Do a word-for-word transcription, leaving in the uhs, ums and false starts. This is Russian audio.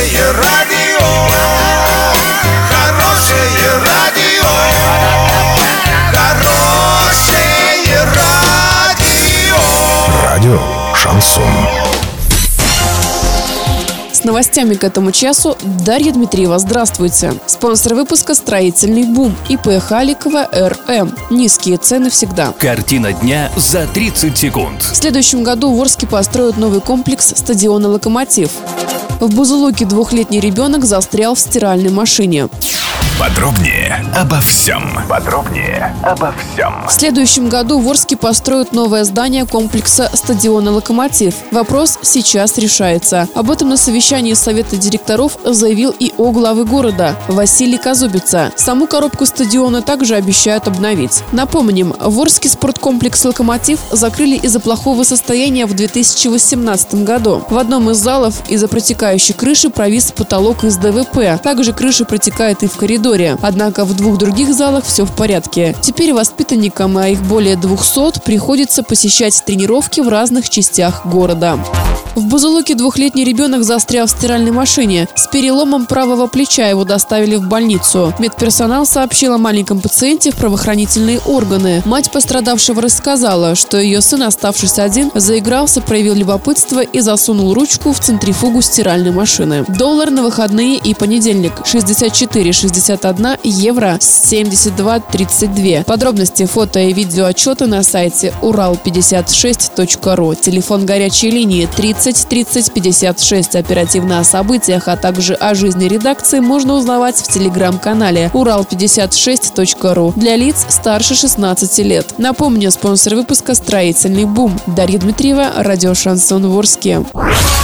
Хорошее радио, хорошее радио, хорошее радио. Радио Шансон. С новостями к этому часу Дарья Дмитриева. Здравствуйте. Спонсор выпуска «Строительный бум». ИП Халикова РМ. Низкие цены всегда. Картина дня за тридцать секунд. В следующем году в Орске построят новый комплекс стадиона «Локомотив». В Бузулуке двухлетний ребенок застрял в стиральной машине. Подробнее обо всем. Подробнее обо всем. В следующем году в Орске построят новое здание комплекса стадиона «Локомотив». Вопрос сейчас решается. Об этом на совещании Совета директоров заявил ИО главы города Василий Казубица. Саму коробку стадиона также обещают обновить. Напомним, в Орске спорткомплекс «Локомотив» закрыли из-за плохого состояния в две тысячи восемнадцатом году. В одном из залов из-за протекающей крыши провис потолок из ДВП. Также крыша протекает и в коридоре. Однако в двух других залах все в порядке. Теперь воспитанникам, а их более двухсот, приходится посещать тренировки в разных частях города. В Бузулуке двухлетний ребенок застрял в стиральной машине. С переломом правого плеча его доставили в больницу. Медперсонал сообщил о маленьком пациенте в правоохранительные органы. Мать пострадавшего рассказала, что ее сын, оставшись один, заигрался, проявил любопытство и засунул ручку в центрифугу стиральной машины. Доллар на выходные и понедельник – шестьдесят четыре шестьдесят один, евро – семьдесят два тридцать два. Подробности, фото и видео отчеты на сайте урал пятьдесят шесть точка ру. Телефон горячей линии тридцать тридцать пятьдесят шесть. Оперативно о событиях, а также о жизни редакции можно узнавать в телеграм-канале урал пятьдесят шесть точка ру для лиц старше шестнадцати лет. Напомню, спонсор выпуска «Строительный бум». Дарья Дмитриева, радио Шансон в Орске.